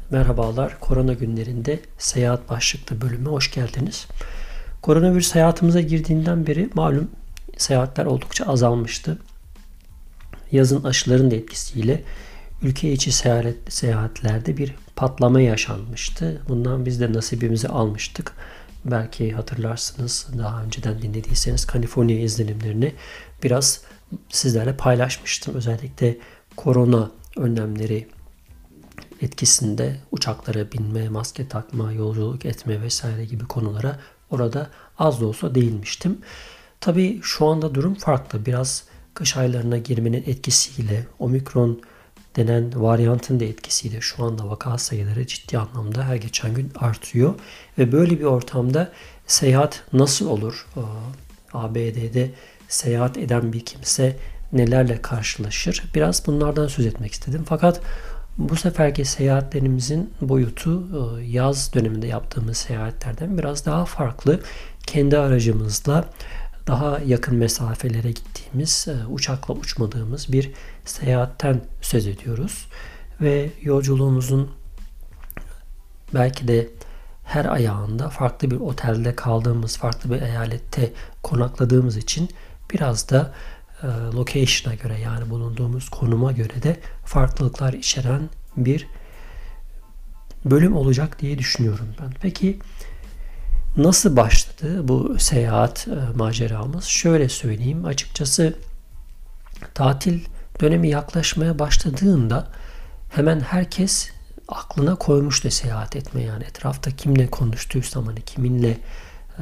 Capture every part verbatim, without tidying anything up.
Merhabalar. Korona günlerinde seyahat başlıklı bölüme hoş geldiniz. Koronavirüs hayatımıza girdiğinden beri malum seyahatler oldukça azalmıştı. Yazın aşıların da etkisiyle ülke içi seyahat, seyahatlerde bir patlama yaşanmıştı. Bundan biz de nasibimizi almıştık. Belki hatırlarsınız, daha önceden dinlediyseniz Kaliforniya izlenimlerini biraz sizlerle paylaşmıştım. Özellikle korona önlemleri etkisinde uçaklara binme, maske takma, yolculuk etme vesaire gibi konulara orada az da olsa değinmiştim. Tabii şu anda durum farklı. Biraz kış aylarına girmenin etkisiyle, omikron denen varyantın da etkisiyle şu anda vaka sayıları ciddi anlamda her geçen gün artıyor. Ve böyle bir ortamda seyahat nasıl olur? A B D'de seyahat eden bir kimse nelerle karşılaşır? Biraz bunlardan söz etmek istedim. Fakat bu seferki seyahatlerimizin boyutu yaz döneminde yaptığımız seyahatlerden biraz daha farklı. Kendi aracımızla daha yakın mesafelere gittiğimiz, uçakla uçmadığımız bir seyahatten söz ediyoruz. Ve yolculuğumuzun belki de her ayağında farklı bir otelde kaldığımız, farklı bir eyalette konakladığımız için biraz da location'a göre, yani bulunduğumuz konuma göre de farklılıklar içeren bir bölüm olacak diye düşünüyorum ben. Peki nasıl başladı bu seyahat e, maceramız? Şöyle söyleyeyim. Açıkçası tatil dönemi yaklaşmaya başladığında hemen herkes aklına koymuştu seyahat etme. Yani etrafta kimle konuştuysam, hani kiminle e,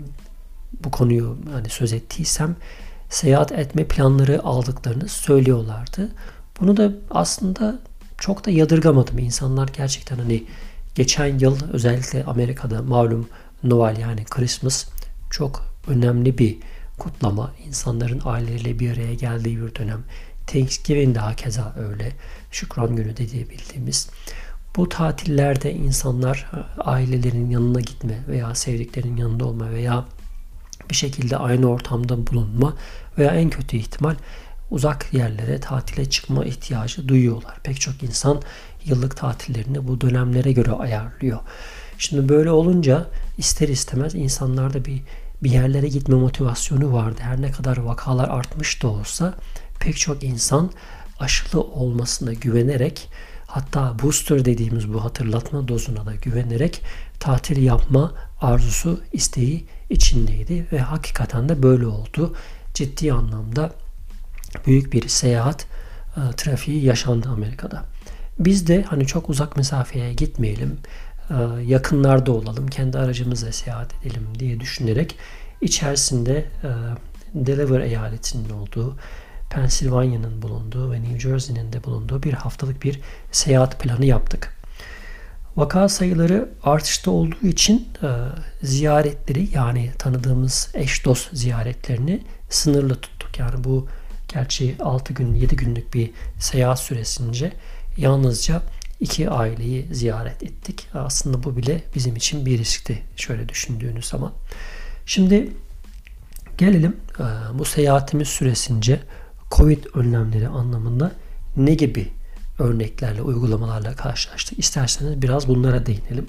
bu konuyu hani söz ettiysem seyahat etme planları aldıklarını söylüyorlardı. Bunu da aslında çok da yadırgamadım. İnsanlar gerçekten hani geçen yıl özellikle Amerika'da malum Noel, yani Christmas çok önemli bir kutlama. İnsanların aileleriyle bir araya geldiği bir dönem. Thanksgiving daha keza öyle. Şükran günü de diye bildiğimiz. Bu tatillerde insanlar ailelerin yanına gitme veya sevdiklerinin yanında olma veya bir şekilde aynı ortamda bulunma veya en kötü ihtimal uzak yerlere tatile çıkma ihtiyacı duyuyorlar. Pek çok insan yıllık tatillerini bu dönemlere göre ayarlıyor. Şimdi böyle olunca ister istemez insanlarda bir bir yerlere gitme motivasyonu vardı. Her ne kadar vakalar artmış da olsa pek çok insan aşılı olmasına güvenerek, hatta booster dediğimiz bu hatırlatma dozuna da güvenerek tatil yapma arzusu, isteği içindeydi ve hakikaten de böyle oldu. Ciddi anlamda büyük bir seyahat e, trafiği yaşandı Amerika'da. Biz de hani çok uzak mesafeye gitmeyelim, e, yakınlarda olalım, kendi aracımızla seyahat edelim diye düşünerek içerisinde e, Delaware eyaletinin olduğu, Pennsylvania'nın bulunduğu ve New Jersey'nin de bulunduğu bir haftalık bir seyahat planı yaptık. Vaka sayıları artışta olduğu için e, ziyaretleri, yani tanıdığımız eş dost ziyaretlerini sınırlı tuttuk. Yani bu gerçi altı gün yedi günlük bir seyahat süresince yalnızca iki aileyi ziyaret ettik. Aslında bu bile bizim için bir riskti şöyle düşündüğünüz zaman. Şimdi gelelim e, bu seyahatimiz süresince Covid önlemleri anlamında ne gibi örneklerle, uygulamalarla karşılaştık. İsterseniz biraz bunlara değinelim.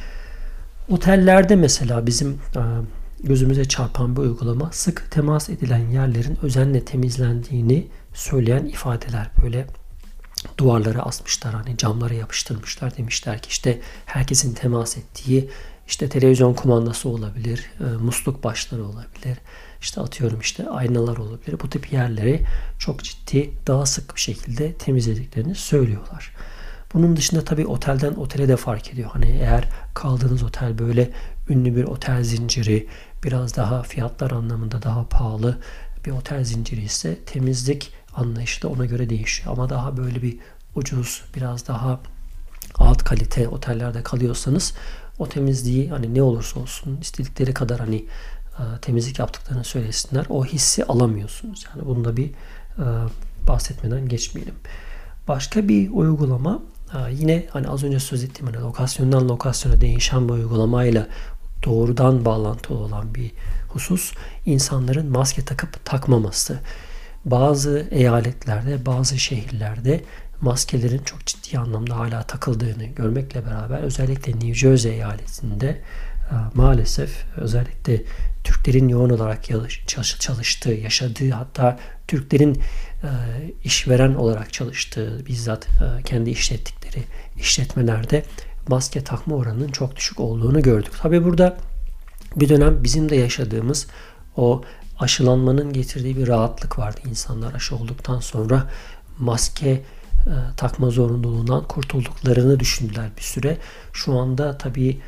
Otellerde mesela bizim gözümüze çarpan bir uygulama, sık temas edilen yerlerin özenle temizlendiğini söyleyen ifadeler. Böyle duvarlara asmışlar, hani camlara yapıştırmışlar, demişler ki işte herkesin temas ettiği işte televizyon kumandası olabilir, musluk başları olabilir, işte atıyorum işte aynalar olabilir. Bu tip yerleri çok ciddi, daha sık bir şekilde temizlediklerini söylüyorlar. Bunun dışında tabii otelden otele de fark ediyor. Hani eğer kaldığınız otel böyle ünlü bir otel zinciri, biraz daha fiyatlar anlamında daha pahalı bir otel zinciri ise temizlik anlayışı da ona göre değişiyor. Ama daha böyle bir ucuz, biraz daha alt kalite otellerde kalıyorsanız o temizliği hani ne olursa olsun istedikleri kadar hani temizlik yaptıklarını söylesinler, o hissi alamıyorsunuz. Yani bunu da bir e, bahsetmeden geçmeyelim. Başka bir uygulama e, yine hani az önce söz ettiğim hani lokasyondan lokasyona değişen bir uygulamayla doğrudan bağlantılı olan bir husus, insanların maske takıp takmaması. Bazı eyaletlerde, bazı şehirlerde maskelerin çok ciddi anlamda hala takıldığını görmekle beraber özellikle New Jersey eyaletinde maalesef özellikle Türklerin yoğun olarak çalıştığı, yaşadığı, hatta Türklerin işveren olarak çalıştığı, bizzat kendi işlettikleri işletmelerde maske takma oranının çok düşük olduğunu gördük. Tabii burada bir dönem bizim de yaşadığımız o aşılanmanın getirdiği bir rahatlık vardı. İnsanlar aşı olduktan sonra maske e, takma zorunluluğundan kurtulduklarını düşündüler bir süre. Şu anda tabii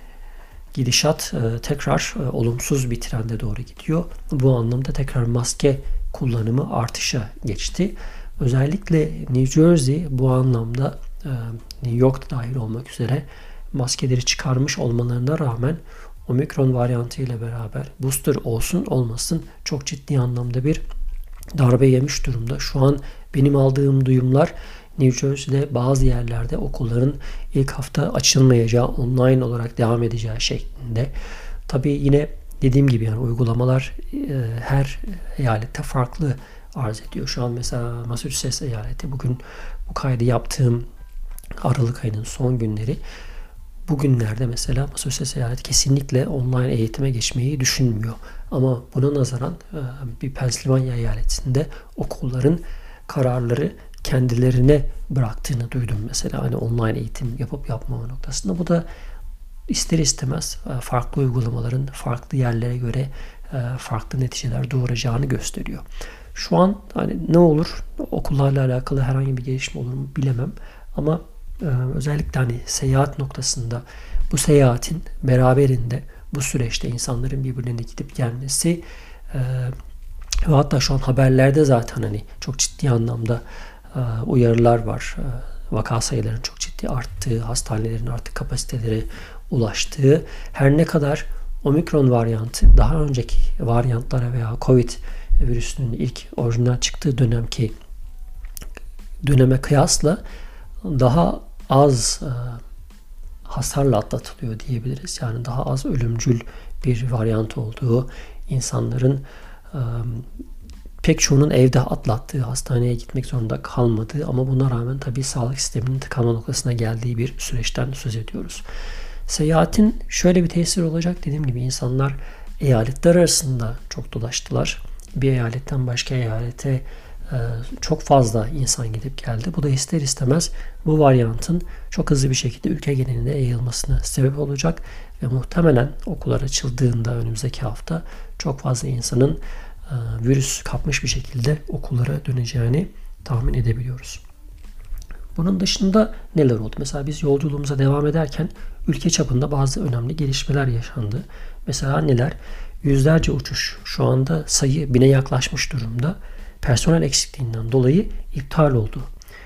gidişat e, tekrar e, olumsuz bir trende doğru gidiyor. Bu anlamda tekrar maske kullanımı artışa geçti. Özellikle New Jersey bu anlamda e, New York dahil olmak üzere maskeleri çıkarmış olmalarına rağmen Omikron varyantı ile beraber booster olsun olmasın çok ciddi anlamda bir darbe yemiş durumda. Şu an benim aldığım duyumlar New Jersey'de bazı yerlerde okulların ilk hafta açılmayacağı, online olarak devam edeceği şeklinde. Tabii yine dediğim gibi yani uygulamalar e, her eyalette farklı arz ediyor. Şu an mesela Massachusetts eyaleti, bugün bu kaydı yaptığım Aralık ayının son günleri, bugünlerde mesela Massachusetts eyaleti kesinlikle online eğitime geçmeyi düşünmüyor. Ama buna nazaran bir Pennsylvania eyaletinde okulların kararları kendilerine bıraktığını duydum mesela, hani online eğitim yapıp yapmama noktasında. Bu da ister istemez farklı uygulamaların farklı yerlere göre farklı neticeler doğuracağını gösteriyor. Şu an hani ne olur, okullarla alakalı herhangi bir gelişme olur mu bilemem ama özellikle hani seyahat noktasında bu seyahatin beraberinde bu süreçte insanların birbirlerine gidip gelmesi e, ve hatta şu an haberlerde zaten hani çok ciddi anlamda e, uyarılar var. E, vaka sayılarının çok ciddi arttığı, hastanelerin artık kapasiteleri ulaştığı, her ne kadar Omikron varyantı daha önceki varyantlara veya Covid virüsünün ilk orijinal çıktığı dönemki döneme kıyasla daha az e, hasarla atlatılıyor diyebiliriz. Yani daha az ölümcül bir varyant olduğu, insanların e, pek çoğunun evde atlattığı, hastaneye gitmek zorunda kalmadığı ama buna rağmen tabii sağlık sisteminin tıkanma noktasına geldiği bir süreçten söz ediyoruz. Seyahatin şöyle bir tesiri olacak. Dediğim gibi insanlar eyaletler arasında çok dolaştılar. Bir eyaletten başka eyalete çok fazla insan gidip geldi. Bu da ister istemez bu varyantın çok hızlı bir şekilde ülke genelinde yayılmasına sebep olacak ve muhtemelen okullar açıldığında önümüzdeki hafta çok fazla insanın virüs kapmış bir şekilde okullara döneceğini tahmin edebiliyoruz. Bunun dışında neler oldu? Mesela biz yolculuğumuza devam ederken ülke çapında bazı önemli gelişmeler yaşandı. Mesela neler? Yüzlerce uçuş, şu anda sayı bine yaklaşmış durumda, personel eksikliğinden dolayı iptal oldu.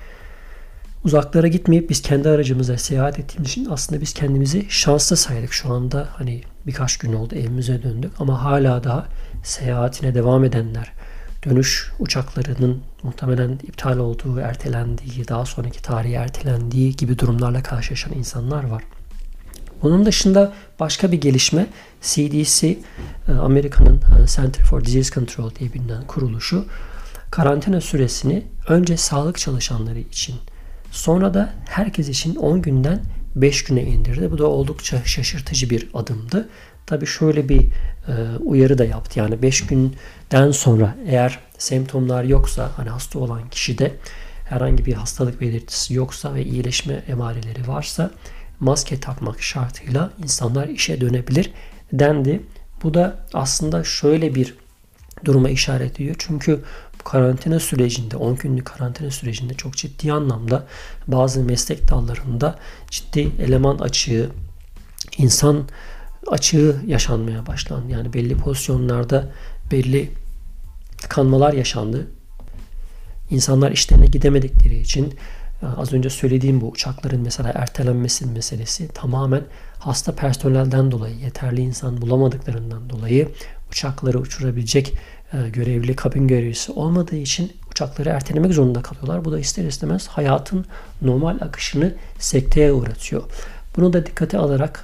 Uzaklara gitmeyip biz kendi aracımıza seyahat ettiğimiz için aslında biz kendimizi şanslı saydık. Şu anda hani birkaç gün oldu, evimize döndük ama hala daha seyahatine devam edenler, dönüş uçaklarının muhtemelen iptal olduğu, ertelendiği, daha sonraki tarihe ertelendiği gibi durumlarla karşılaşan insanlar var. Bunun dışında başka bir gelişme, C D C, Amerika'nın Center for Disease Control diye bilinen kuruluşu, karantina süresini önce sağlık çalışanları için, sonra da herkes için on günden beş güne indirdi. Bu da oldukça şaşırtıcı bir adımdı. Tabii şöyle bir e, uyarı da yaptı. Yani beş günden sonra eğer semptomlar yoksa, hani hasta olan kişide herhangi bir hastalık belirtisi yoksa ve iyileşme emareleri varsa maske takmak şartıyla insanlar işe dönebilir dendi. Bu da aslında şöyle bir duruma işaret ediyor. Çünkü bu karantina sürecinde, on günlük karantina sürecinde çok ciddi anlamda bazı meslek dallarında ciddi eleman açığı, insan açığı yaşanmaya başlandı. Yani belli pozisyonlarda belli tıkanmalar yaşandı. İnsanlar işlerine gidemedikleri için az önce söylediğim bu uçakların mesela ertelenmesi meselesi tamamen hasta personelden dolayı, yeterli insan bulamadıklarından dolayı, uçakları uçurabilecek görevli kabin görevlisi olmadığı için uçakları ertelemek zorunda kalıyorlar. Bu da ister istemez hayatın normal akışını sekteye uğratıyor. Bunu da dikkate alarak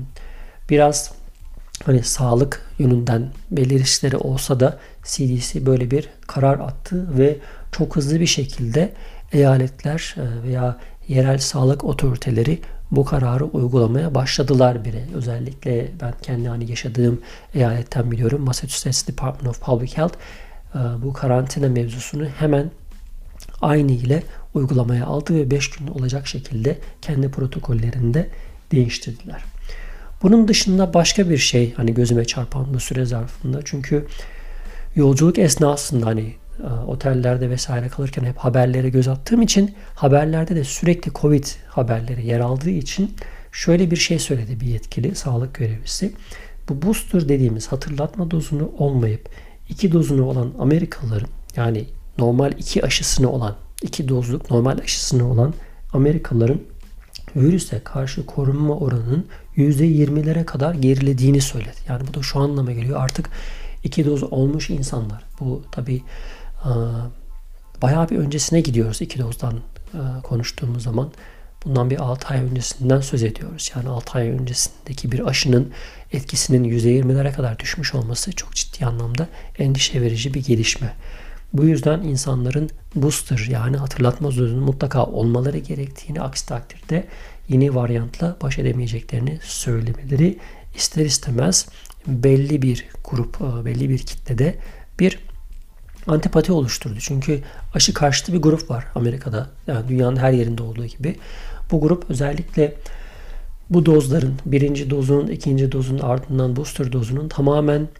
biraz hani sağlık yönünden belli riskleri olsa da C D C böyle bir karar attı ve çok hızlı bir şekilde eyaletler veya yerel sağlık otoriteleri bu kararı uygulamaya başladılar bile. Özellikle ben kendi hani yaşadığım eyaletten biliyorum. Massachusetts Department of Public Health bu karantina mevzusunu hemen aynı ile uygulamaya aldı ve beş gün olacak şekilde kendi protokollerinde değiştirdiler. Bunun dışında başka bir şey hani gözüme çarpan bu süre zarfında, çünkü yolculuk esnasında hani otellerde vesaire kalırken hep haberlere göz attığım için haberlerde de sürekli Covid haberleri yer aldığı için şöyle bir şey söyledi bir yetkili sağlık görevlisi. Bu booster dediğimiz hatırlatma dozunu olmayıp iki dozunu olan Amerikalıların, yani normal iki aşısını olan, iki dozluk normal aşısını olan Amerikalıların virüse karşı korunma oranının yüzde yirmilere kadar gerilediğini söyledi. Yani bu da şu anlama geliyor. Artık iki doz olmuş insanlar. Bu tabii bayağı bir öncesine gidiyoruz iki dozdan konuştuğumuz zaman. Bundan bir altı ay öncesinden söz ediyoruz. Yani altı ay öncesindeki bir aşının etkisinin yüzde yirmilere kadar düşmüş olması çok ciddi anlamda endişe verici bir gelişme. Bu yüzden insanların booster yani hatırlatma dozunun mutlaka olmaları gerektiğini, aksi takdirde yeni varyantla baş edemeyeceklerini söylemeleri ister istemez belli bir grup, belli bir kitlede bir antipati oluşturdu. Çünkü aşı karşıtı bir grup var Amerika'da. Yani dünyanın her yerinde olduğu gibi. Bu grup özellikle bu dozların, birinci dozunun, ikinci dozunun ardından booster dozunun tamamen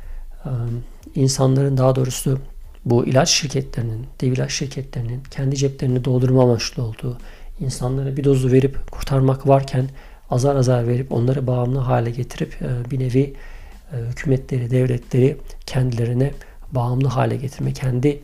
insanların, daha doğrusu bu ilaç şirketlerinin, dev ilaç şirketlerinin kendi ceplerini doldurma amaçlı olduğu, insanlara bir dozu verip kurtarmak varken azar azar verip onları bağımlı hale getirip bir nevi hükümetleri, devletleri kendilerine bağımlı hale getirme, kendi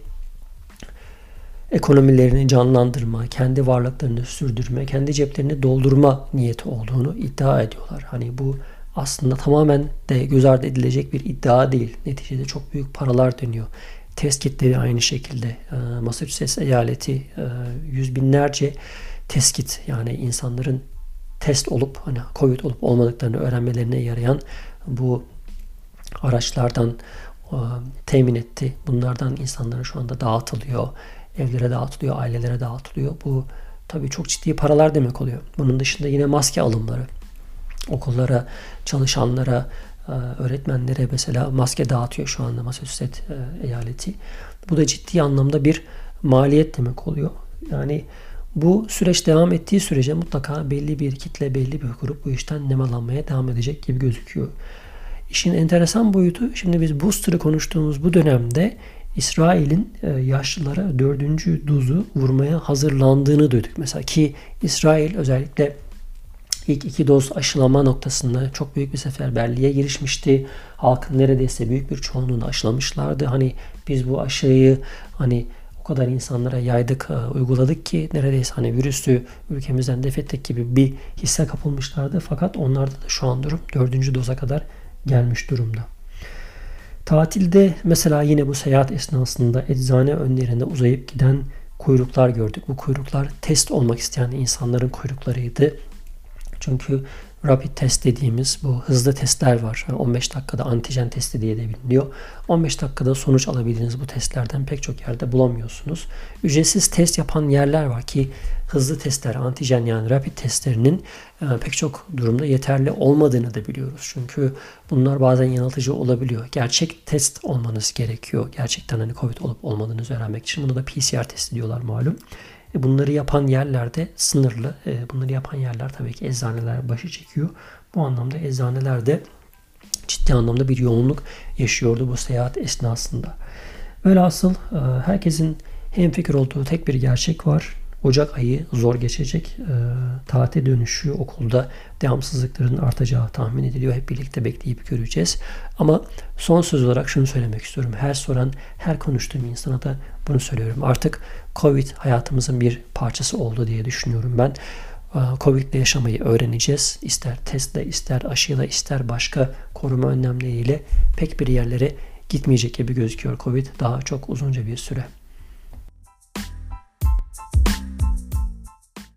ekonomilerini canlandırma, kendi varlıklarını sürdürme, kendi ceplerini doldurma niyeti olduğunu iddia ediyorlar. Hani bu aslında tamamen de göz ardı edilecek bir iddia değil. Neticede çok büyük paralar dönüyor. Test kitleri aynı şekilde. Massachusetts eyaleti yüz binlerce test kit, yani insanların test olup hani Covid olup olmadıklarını öğrenmelerine yarayan bu araçlardan temin etti. Bunlardan insanlara şu anda dağıtılıyor. Evlere dağıtılıyor, ailelere dağıtılıyor. Bu tabii çok ciddi paralar demek oluyor. Bunun dışında yine maske alımları. Okullara, çalışanlara, öğretmenlere mesela maske dağıtıyor şu anda Massachusetts eyaleti. Bu da ciddi anlamda bir maliyet demek oluyor. Yani bu süreç devam ettiği sürece mutlaka belli bir kitle, belli bir grup bu işten nemalanmaya devam edecek gibi gözüküyor. İşin enteresan boyutu, şimdi biz booster'ı konuştuğumuz bu dönemde İsrail'in yaşlılara dördüncü dozu vurmaya hazırlandığını duyduk. Mesela ki İsrail özellikle ilk iki doz aşılama noktasında çok büyük bir seferberliğe girişmişti. Halkın neredeyse büyük bir çoğunluğunu aşılamışlardı. Hani biz bu aşıyı hani o kadar insanlara yaydık, uyguladık ki neredeyse hani virüsü ülkemizden def ettik gibi bir hisse kapılmışlardı. Fakat onlarda da şu an durum dördüncü doza kadar gelmiş durumda. Tatilde mesela yine bu seyahat esnasında eczane önlerinde uzayıp giden kuyruklar gördük. Bu kuyruklar test olmak isteyen insanların kuyruklarıydı. Çünkü rapid test dediğimiz bu hızlı testler var. on beş dakikada antijen testi diye de biliniyor. on beş dakikada sonuç alabildiğiniz bu testlerden pek çok yerde bulamıyorsunuz. Ücretsiz test yapan yerler var ki hızlı testler, antijen yani rapid testlerinin pek çok durumda yeterli olmadığını da biliyoruz. Çünkü bunlar bazen yanıltıcı olabiliyor. Gerçek test olmanız gerekiyor. Gerçekten hani Covid olup olmadığınızı öğrenmek için. Buna da P C R testi diyorlar malum. Bunları yapan yerlerde sınırlı. Bunları yapan yerler tabii ki eczaneler başı çekiyor. Bu anlamda eczanelerde ciddi anlamda bir yoğunluk yaşıyordu bu seyahat esnasında. Velhasıl herkesin hemfikir olduğu tek bir gerçek var. Ocak ayı zor geçecek. E, tatil dönüşü okulda devamsızlıkların artacağı tahmin ediliyor. Hep birlikte bekleyip göreceğiz. Ama son söz olarak şunu söylemek istiyorum. Her soran, her konuştuğum insana da bunu söylüyorum. Artık Covid hayatımızın bir parçası oldu diye düşünüyorum ben. Covid ile yaşamayı öğreneceğiz. İster testle, ister aşıyla, ister başka koruma önlemleriyle pek bir yerlere gitmeyecek gibi gözüküyor Covid daha çok uzunca bir süre.